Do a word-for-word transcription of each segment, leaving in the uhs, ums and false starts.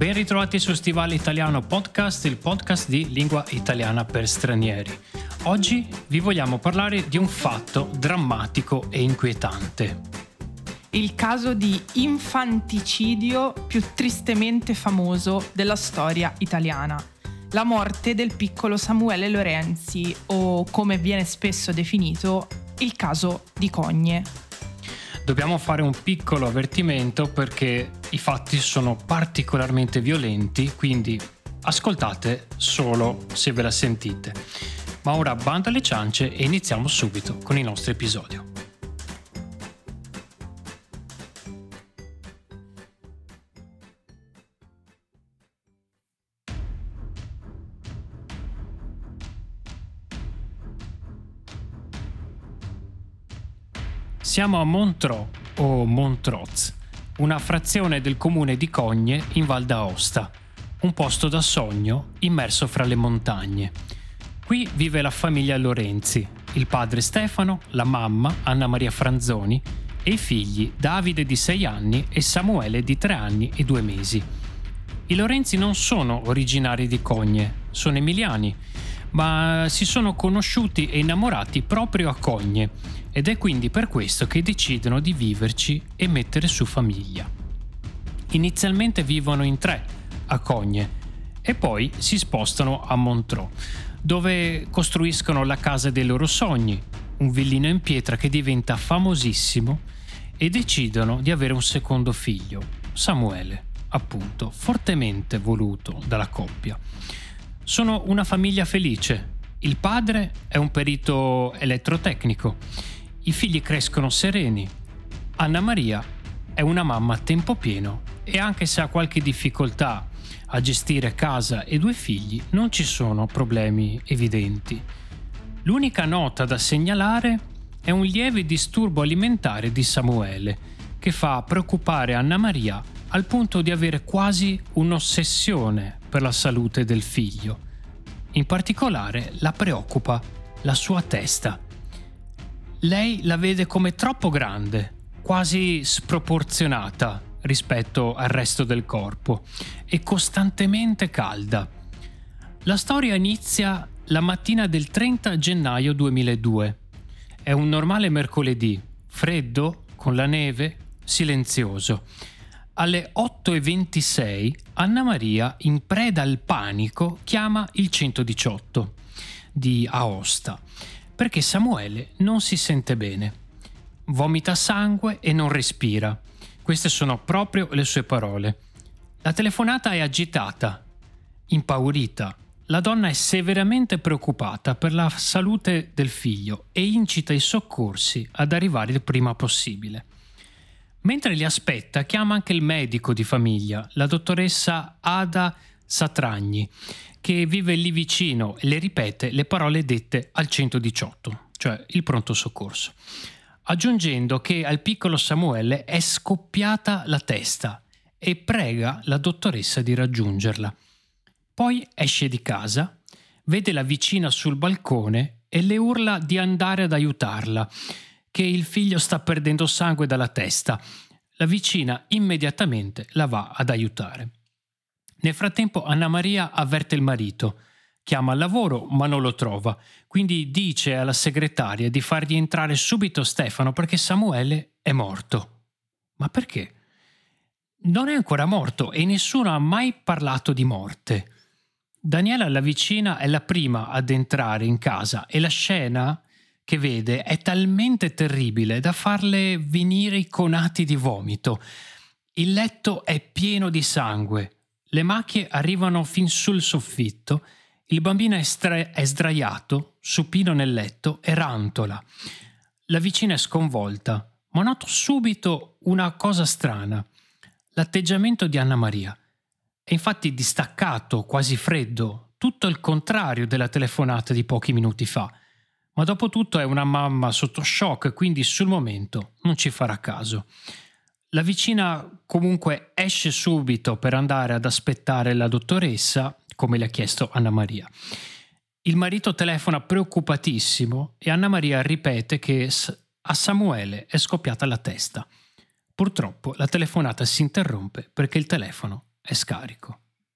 Ben ritrovati su Stivale Italiano Podcast, il podcast di lingua italiana per stranieri. Oggi vi vogliamo parlare di un fatto drammatico e inquietante. Il caso di infanticidio più tristemente famoso della storia italiana. La morte del piccolo Samuele Lorenzi, o come viene spesso definito, il caso di Cogne. Dobbiamo fare un piccolo avvertimento perché i fatti sono particolarmente violenti, quindi ascoltate solo se ve la sentite. Ma ora bando alle ciance e iniziamo subito con il nostro episodio. Siamo a Montreux o Montreux, una frazione del comune di Cogne in Val d'Aosta, un posto da sogno immerso fra le montagne. Qui vive la famiglia Lorenzi, il padre Stefano, la mamma Anna Maria Franzoni e i figli Davide di sei anni e Samuele di tre anni e due mesi. I Lorenzi non sono originari di Cogne, sono emiliani, ma si sono conosciuti e innamorati proprio a Cogne ed è quindi per questo che decidono di viverci e mettere su famiglia. Inizialmente vivono in tre a Cogne e poi si spostano a Montreux, dove costruiscono la casa dei loro sogni, un villino in pietra che diventa famosissimo, e decidono di avere un secondo figlio, Samuele, appunto, fortemente voluto dalla coppia. Sono una famiglia felice. Il padre è un perito elettrotecnico. I figli crescono sereni. Anna Maria è una mamma a tempo pieno e anche se ha qualche difficoltà a gestire casa e due figli, non ci sono problemi evidenti. L'unica nota da segnalare è un lieve disturbo alimentare di Samuele, che fa preoccupare Anna Maria al punto di avere quasi un'ossessione per la salute del figlio. In particolare la preoccupa la sua testa. Lei la vede come troppo grande, quasi sproporzionata rispetto al resto del corpo e costantemente calda. La storia inizia la mattina del trenta gennaio duemiladue. È un normale mercoledì, freddo, con la neve, silenzioso. Alle otto e ventisei Anna Maria, in preda al panico, chiama il centodiciotto di Aosta perché Samuele non si sente bene. Vomita sangue e non respira. Queste sono proprio le sue parole. La telefonata è agitata, impaurita. La donna è severamente preoccupata per la salute del figlio e incita i soccorsi ad arrivare il prima possibile. Mentre li aspetta, chiama anche il medico di famiglia, la dottoressa Ada Satragni, che vive lì vicino e le ripete le parole dette al centodiciotto, cioè il pronto soccorso, aggiungendo che al piccolo Samuele è scoppiata la testa e prega la dottoressa di raggiungerla. Poi esce di casa, vede la vicina sul balcone e le urla di andare ad aiutarla, che il figlio sta perdendo sangue dalla testa. La vicina immediatamente la va ad aiutare. Nel frattempo Anna Maria avverte il marito, chiama al lavoro ma non lo trova, quindi dice alla segretaria di fargli entrare subito Stefano perché Samuele è morto. Ma perché? Non è ancora morto e nessuno ha mai parlato di morte. Daniela, la vicina, è la prima ad entrare in casa e la scena che vede è talmente terribile da farle venire i conati di vomito. Il letto è pieno di sangue, le macchie arrivano fin sul soffitto, il bambino è, stra- è sdraiato, supino nel letto e rantola. La vicina è sconvolta, ma noto subito una cosa strana. L'atteggiamento di Anna Maria è infatti distaccato, quasi freddo, tutto il contrario della telefonata di pochi minuti fa. Ma dopo tutto è una mamma sotto shock, quindi sul momento non ci farà caso. La vicina comunque esce subito per andare ad aspettare la dottoressa, come le ha chiesto Anna Maria. Il marito telefona preoccupatissimo e Anna Maria ripete che a Samuele è scoppiata la testa. Purtroppo la telefonata si interrompe perché il telefono è scarico.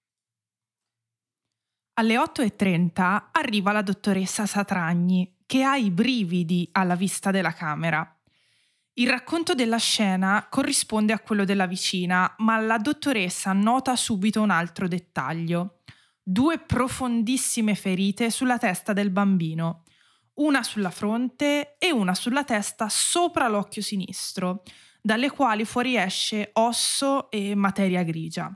Alle otto e trenta arriva la dottoressa Satragni, che ha i brividi alla vista della camera. Il racconto della scena corrisponde a quello della vicina, ma la dottoressa nota subito un altro dettaglio. Due profondissime ferite sulla testa del bambino, una sulla fronte e una sulla testa sopra l'occhio sinistro, dalle quali fuoriesce osso e materia grigia.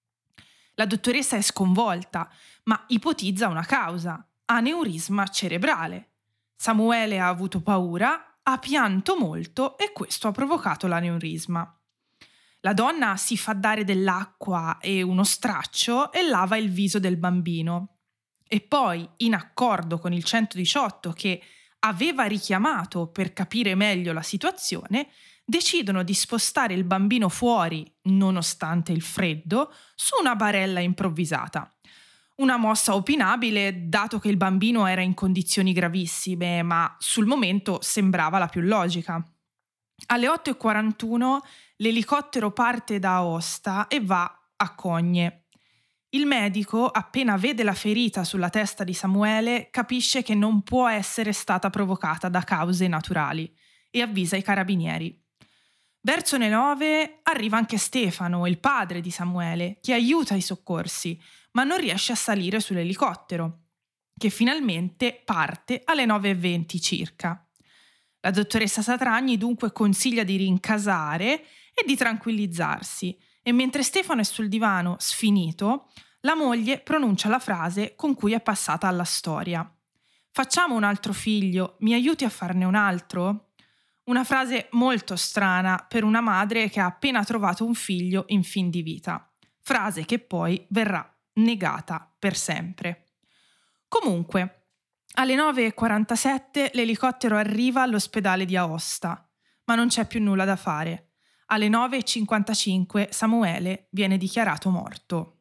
La dottoressa è sconvolta, ma ipotizza una causa: aneurisma cerebrale. Samuele ha avuto paura, ha pianto molto e questo ha provocato l'aneurisma. La donna si fa dare dell'acqua e uno straccio e lava il viso del bambino. E poi, in accordo con il centodiciotto che aveva richiamato per capire meglio la situazione, decidono di spostare il bambino fuori, nonostante il freddo, su una barella improvvisata. Una mossa opinabile, dato che il bambino era in condizioni gravissime, ma sul momento sembrava la più logica. Alle otto e quarantuno l'elicottero parte da Aosta e va a Cogne. Il medico, appena vede la ferita sulla testa di Samuele, capisce che non può essere stata provocata da cause naturali e avvisa i carabinieri. Verso le nove arriva anche Stefano, il padre di Samuele, che aiuta i soccorsi, ma non riesce a salire sull'elicottero, che finalmente parte alle nove e venti circa. La dottoressa Satragni dunque consiglia di rincasare e di tranquillizzarsi, e mentre Stefano è sul divano sfinito, la moglie pronuncia la frase con cui è passata alla storia. «Facciamo un altro figlio, mi aiuti a farne un altro?» Una frase molto strana per una madre che ha appena trovato un figlio in fin di vita. Frase che poi verrà negata per sempre. Comunque, alle nove e quarantasette l'elicottero arriva all'ospedale di Aosta, ma non c'è più nulla da fare. Alle nove e cinquantacinque Samuele viene dichiarato morto.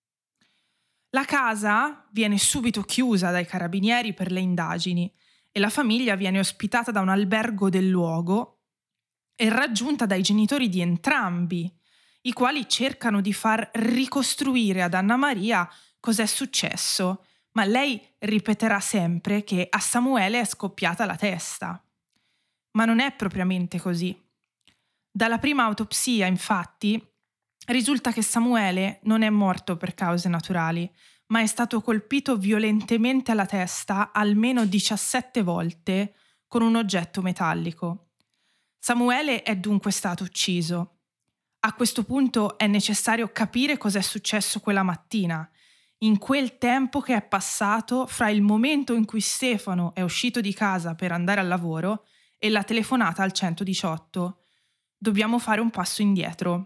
La casa viene subito chiusa dai carabinieri per le indagini e la famiglia viene ospitata da un albergo del luogo e raggiunta dai genitori di entrambi, i quali cercano di far ricostruire ad Anna Maria cos'è successo, ma lei ripeterà sempre che a Samuele è scoppiata la testa. Ma non è propriamente così. Dalla prima autopsia, infatti, risulta che Samuele non è morto per cause naturali, ma è stato colpito violentemente alla testa almeno diciassette volte con un oggetto metallico. Samuele è dunque stato ucciso. A questo punto è necessario capire cos'è successo quella mattina, in quel tempo che è passato fra il momento in cui Stefano è uscito di casa per andare al lavoro e la telefonata al centodiciotto. Dobbiamo fare un passo indietro.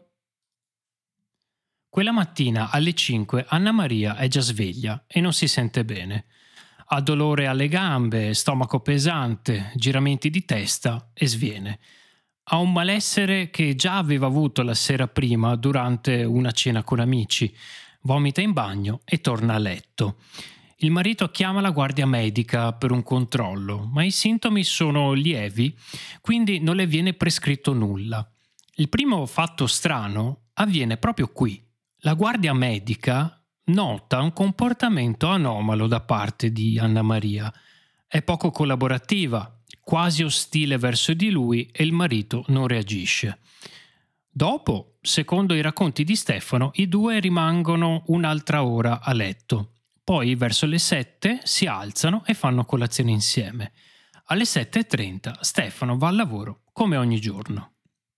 Quella mattina alle cinque Anna Maria è già sveglia e non si sente bene. Ha dolore alle gambe, stomaco pesante, giramenti di testa e sviene. Ha un malessere che già aveva avuto la sera prima durante una cena con amici. Vomita in bagno e torna a letto. Il marito chiama la guardia medica per un controllo, ma i sintomi sono lievi, quindi non le viene prescritto nulla. Il primo fatto strano avviene proprio qui. La guardia medica nota un comportamento anomalo da parte di Anna Maria. È poco collaborativa, quasi ostile verso di lui e il marito non reagisce. Dopo, secondo i racconti di Stefano, i due rimangono un'altra ora a letto. Poi, verso le sette, si alzano e fanno colazione insieme. Alle sette e trenta Stefano va al lavoro, come ogni giorno.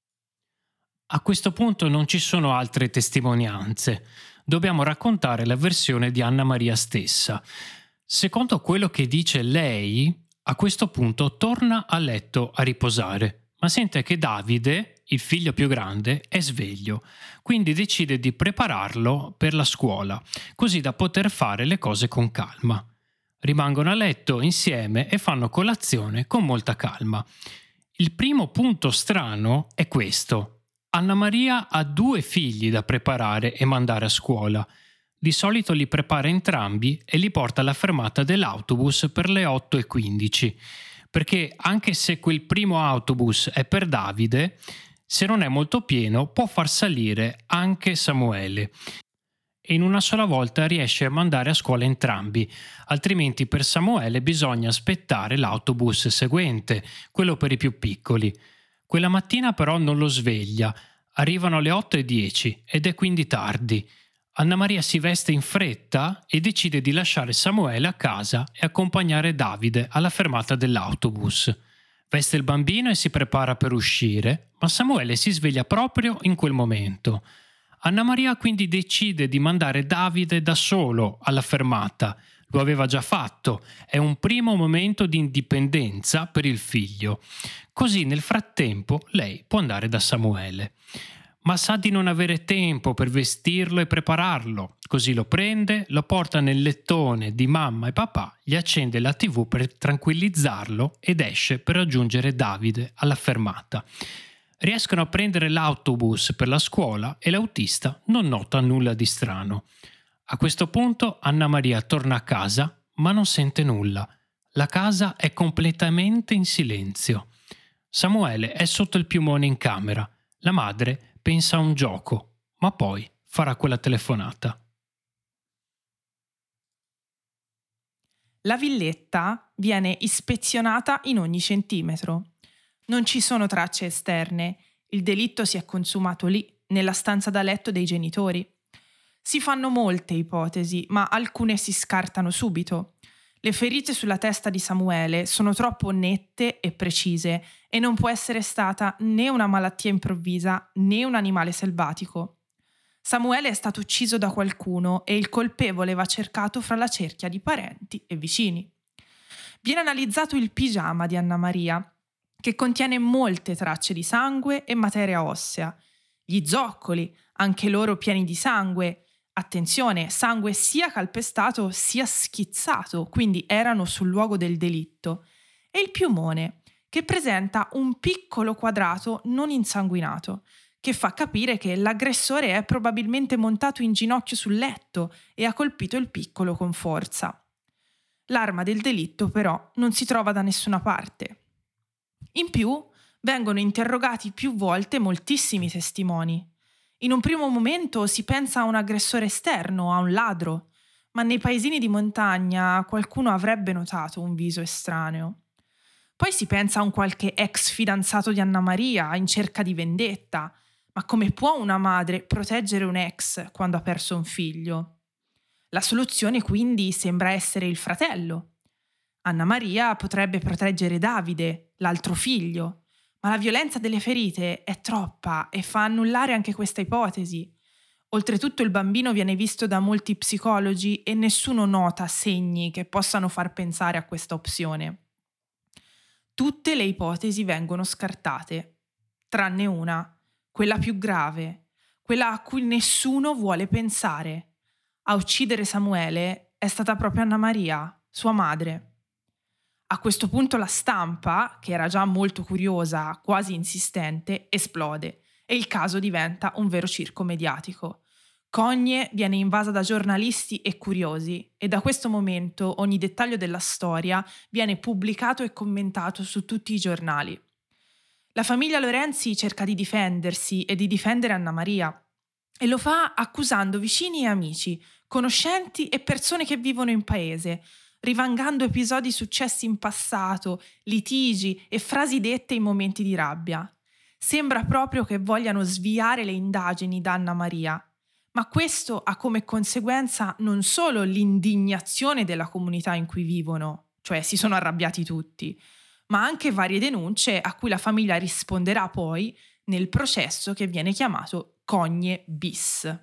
A questo punto non ci sono altre testimonianze. Dobbiamo raccontare la versione di Anna Maria stessa. Secondo quello che dice lei, a questo punto torna a letto a riposare, ma sente che Davide, il figlio più grande, è sveglio, quindi decide di prepararlo per la scuola, così da poter fare le cose con calma. Rimangono a letto insieme e fanno colazione con molta calma. Il primo punto strano è questo. Anna Maria ha due figli da preparare e mandare a scuola. Di solito li prepara entrambi e li porta alla fermata dell'autobus per le otto e quindici, perché anche se quel primo autobus è per Davide, se non è molto pieno può far salire anche Samuele. e in una sola volta riesce a mandare a scuola entrambi, altrimenti per Samuele bisogna aspettare l'autobus seguente, quello per i più piccoli. Quella mattina però non lo sveglia, arrivano alle otto e dieci ed è quindi tardi. Anna Maria si veste in fretta e decide di lasciare Samuele a casa e accompagnare Davide alla fermata dell'autobus. Veste il bambino e si prepara per uscire, ma Samuele si sveglia proprio in quel momento. Anna Maria quindi decide di mandare Davide da solo alla fermata. Lo aveva già fatto, è un primo momento di indipendenza per il figlio. Così nel frattempo lei può andare da Samuele. Ma sa di non avere tempo per vestirlo e prepararlo, così lo prende, lo porta nel lettone di mamma e papà, gli accende la tivù per tranquillizzarlo ed esce per raggiungere Davide alla fermata. Riescono a prendere l'autobus per la scuola e l'autista non nota nulla di strano. A questo punto Anna Maria torna a casa, ma non sente nulla. La casa è completamente in silenzio. Samuele è sotto il piumone in camera. La madre pensa a un gioco, ma poi farà quella telefonata. La villetta viene ispezionata in ogni centimetro. Non ci sono tracce esterne. Il delitto si è consumato lì, nella stanza da letto dei genitori. Si fanno molte ipotesi, ma alcune si scartano subito. Le ferite sulla testa di Samuele sono troppo nette e precise e non può essere stata né una malattia improvvisa né un animale selvatico. Samuele è stato ucciso da qualcuno e il colpevole va cercato fra la cerchia di parenti e vicini. Viene analizzato il pigiama di Anna Maria, che contiene molte tracce di sangue e materia ossea. Gli zoccoli, anche loro pieni di sangue. Attenzione, sangue sia calpestato sia schizzato, quindi erano sul luogo del delitto. E il piumone, che presenta un piccolo quadrato non insanguinato, che fa capire che l'aggressore è probabilmente montato in ginocchio sul letto e ha colpito il piccolo con forza. L'arma del delitto, però, non si trova da nessuna parte. In più, vengono interrogati più volte moltissimi testimoni. In un primo momento si pensa a un aggressore esterno, a un ladro, ma nei paesini di montagna qualcuno avrebbe notato un viso estraneo. Poi si pensa a un qualche ex fidanzato di Anna Maria in cerca di vendetta, ma come può una madre proteggere un ex quando ha perso un figlio? La soluzione quindi sembra essere il fratello. Anna Maria potrebbe proteggere Davide, l'altro figlio, ma la violenza delle ferite è troppa e fa annullare anche questa ipotesi. Oltretutto il bambino viene visto da molti psicologi e nessuno nota segni che possano far pensare a questa opzione. Tutte le ipotesi vengono scartate, tranne una, quella più grave, quella a cui nessuno vuole pensare. A uccidere Samuele è stata proprio Anna Maria, sua madre. A questo punto la stampa, che era già molto curiosa, quasi insistente, esplode e il caso diventa un vero circo mediatico. Cogne viene invasa da giornalisti e curiosi e da questo momento ogni dettaglio della storia viene pubblicato e commentato su tutti i giornali. La famiglia Lorenzi cerca di difendersi e di difendere Anna Maria e lo fa accusando vicini e amici, conoscenti e persone che vivono in paese, rivangando episodi successi in passato, litigi e frasi dette in momenti di rabbia. Sembra proprio che vogliano sviare le indagini da Anna Maria, ma questo ha come conseguenza non solo l'indignazione della comunità in cui vivono, cioè si sono arrabbiati tutti, ma anche varie denunce a cui la famiglia risponderà poi nel processo che viene chiamato Cogne bis.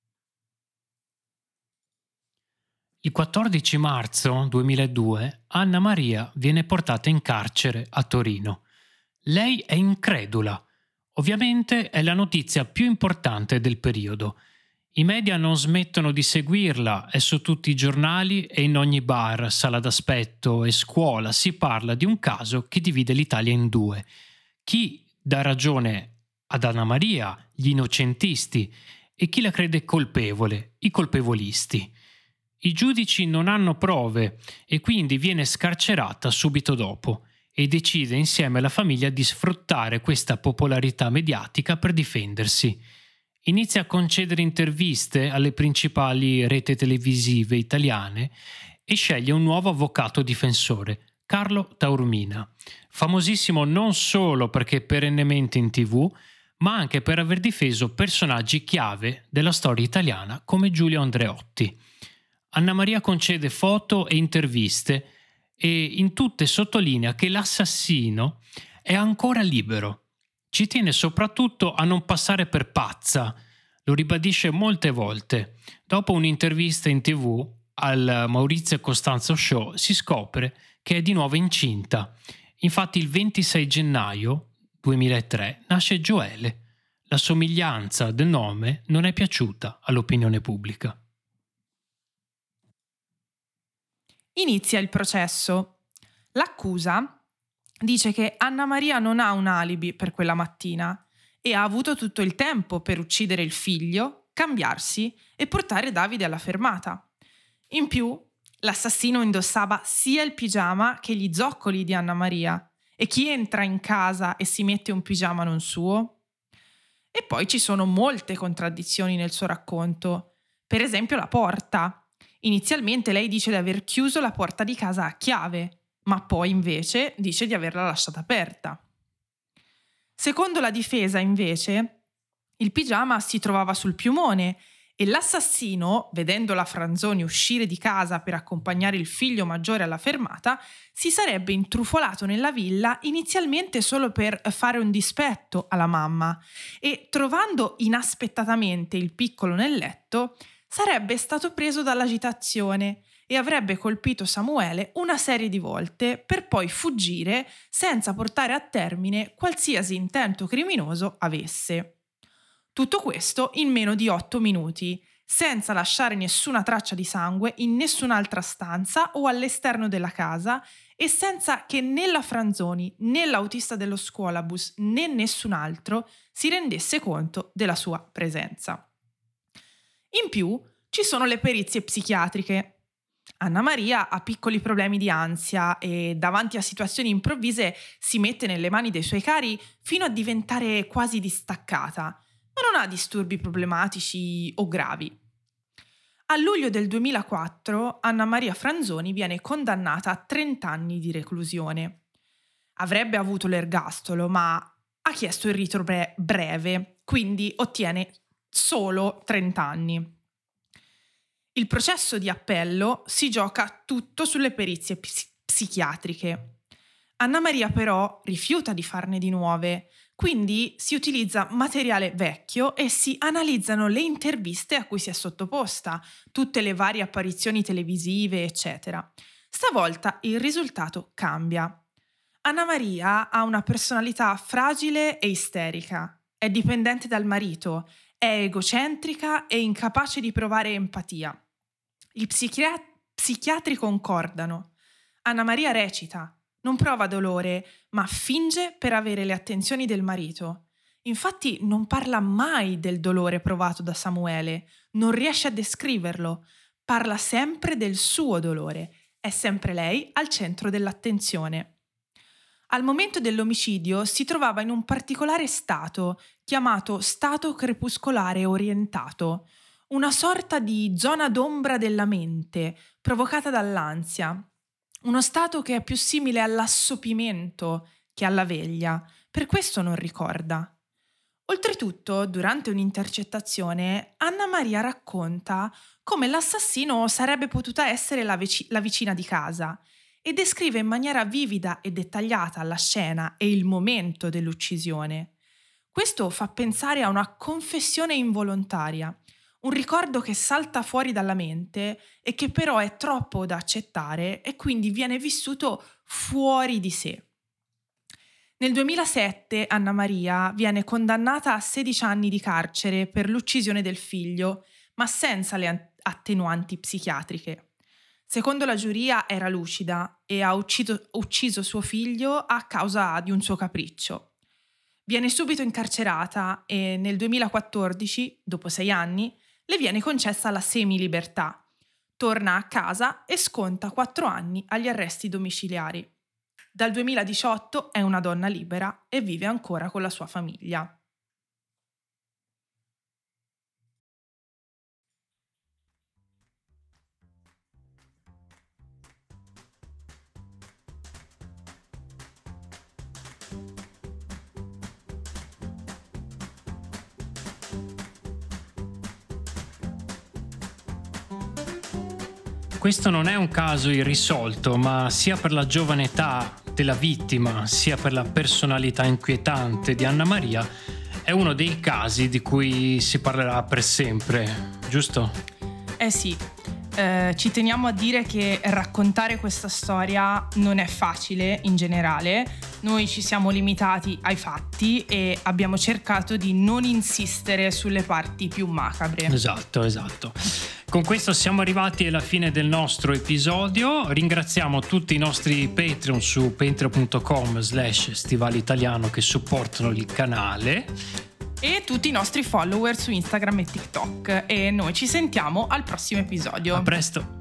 Il quattordici marzo duemiladue Anna Maria viene portata in carcere a Torino. Lei è incredula. Ovviamente è la notizia più importante del periodo. I media non smettono di seguirla, è su tutti i giornali e in ogni bar, sala d'aspetto e scuola si parla di un caso che divide l'Italia in due. Chi dà ragione ad Anna Maria, gli innocentisti, e chi la crede colpevole, i colpevolisti. I giudici non hanno prove e quindi viene scarcerata subito dopo e decide insieme alla famiglia di sfruttare questa popolarità mediatica per difendersi. Inizia a concedere interviste alle principali reti televisive italiane e sceglie un nuovo avvocato difensore, Carlo Taormina, famosissimo non solo perché è perennemente in tivù, ma anche per aver difeso personaggi chiave della storia italiana come Giulio Andreotti. Annamaria concede foto e interviste e in tutte sottolinea che l'assassino è ancora libero. Ci tiene soprattutto a non passare per pazza. Lo ribadisce molte volte. Dopo un'intervista in tivù al Maurizio e Costanzo Show si scopre che è di nuovo incinta. Infatti il ventisei gennaio duemilatré nasce Gioele. La somiglianza del nome non è piaciuta all'opinione pubblica. Inizia il processo. L'accusa dice che Annamaria non ha un alibi per quella mattina e ha avuto tutto il tempo per uccidere il figlio, cambiarsi e portare Davide alla fermata. In più, l'assassino indossava sia il pigiama che gli zoccoli di Annamaria. E chi entra in casa e si mette un pigiama non suo? E poi ci sono molte contraddizioni nel suo racconto. Per esempio la porta. Inizialmente lei dice di aver chiuso la porta di casa a chiave, ma poi invece dice di averla lasciata aperta. Secondo la difesa, invece, il pigiama si trovava sul piumone e l'assassino, vedendo la Franzoni uscire di casa per accompagnare il figlio maggiore alla fermata, si sarebbe intrufolato nella villa inizialmente solo per fare un dispetto alla mamma e, trovando inaspettatamente il piccolo nel letto, sarebbe stato preso dall'agitazione e avrebbe colpito Samuele una serie di volte per poi fuggire senza portare a termine qualsiasi intento criminoso avesse. Tutto questo in meno di otto minuti, senza lasciare nessuna traccia di sangue in nessun'altra stanza o all'esterno della casa e senza che né la Franzoni né l'autista dello scuolabus né nessun altro si rendesse conto della sua presenza. In più ci sono le perizie psichiatriche. Annamaria ha piccoli problemi di ansia e davanti a situazioni improvvise si mette nelle mani dei suoi cari fino a diventare quasi distaccata, ma non ha disturbi problematici o gravi. A luglio del duemilaquattro Annamaria Franzoni viene condannata a trenta anni di reclusione. Avrebbe avuto l'ergastolo, ma ha chiesto il rito bre- breve, quindi ottiene solo trenta anni. Il processo di appello si gioca tutto sulle perizie ps- psichiatriche. Annamaria però rifiuta di farne di nuove, quindi si utilizza materiale vecchio e si analizzano le interviste a cui si è sottoposta, tutte le varie apparizioni televisive, eccetera. Stavolta il risultato cambia. Annamaria ha una personalità fragile e isterica, è dipendente dal marito, è egocentrica e incapace di provare empatia. Gli psichiat- psichiatri concordano. Annamaria recita, non prova dolore, ma finge per avere le attenzioni del marito. Infatti non parla mai del dolore provato da Samuele, non riesce a descriverlo, parla sempre del suo dolore, è sempre lei al centro dell'attenzione. Al momento dell'omicidio si trovava in un particolare stato, chiamato stato crepuscolare orientato, una sorta di zona d'ombra della mente, provocata dall'ansia. Uno stato che è più simile all'assopimento che alla veglia, per questo non ricorda. Oltretutto, durante un'intercettazione, Annamaria racconta come l'assassino sarebbe potuta essere la, vec- la vicina di casa e descrive in maniera vivida e dettagliata la scena e il momento dell'uccisione. Questo fa pensare a una confessione involontaria, un ricordo che salta fuori dalla mente e che però è troppo da accettare e quindi viene vissuto fuori di sé. Nel duemilasette Annamaria viene condannata a sedici anni di carcere per l'uccisione del figlio, ma senza le attenuanti psichiatriche. Secondo la giuria era lucida e ha ucciso, ucciso suo figlio a causa di un suo capriccio. Viene subito incarcerata e nel duemilaquattordici, dopo sei anni, le viene concessa la semilibertà. Torna a casa e sconta quattro anni agli arresti domiciliari. Dal duemiladiciotto è una donna libera e vive ancora con la sua famiglia. Questo non è un caso irrisolto, ma sia per la giovane età della vittima, sia per la personalità inquietante di Anna Maria, è uno dei casi di cui si parlerà per sempre, giusto? Eh sì. Eh, ci teniamo a dire che raccontare questa storia non è facile in generale. Noi ci siamo limitati ai fatti e abbiamo cercato di non insistere sulle parti più macabre. Esatto, esatto. Con questo siamo arrivati alla fine del nostro episodio. Ringraziamo tutti i nostri Patreon su patreon punto com slash stivale italiano che supportano il canale. E tutti i nostri follower su Instagram e TikTok. E noi ci sentiamo al prossimo episodio. A presto!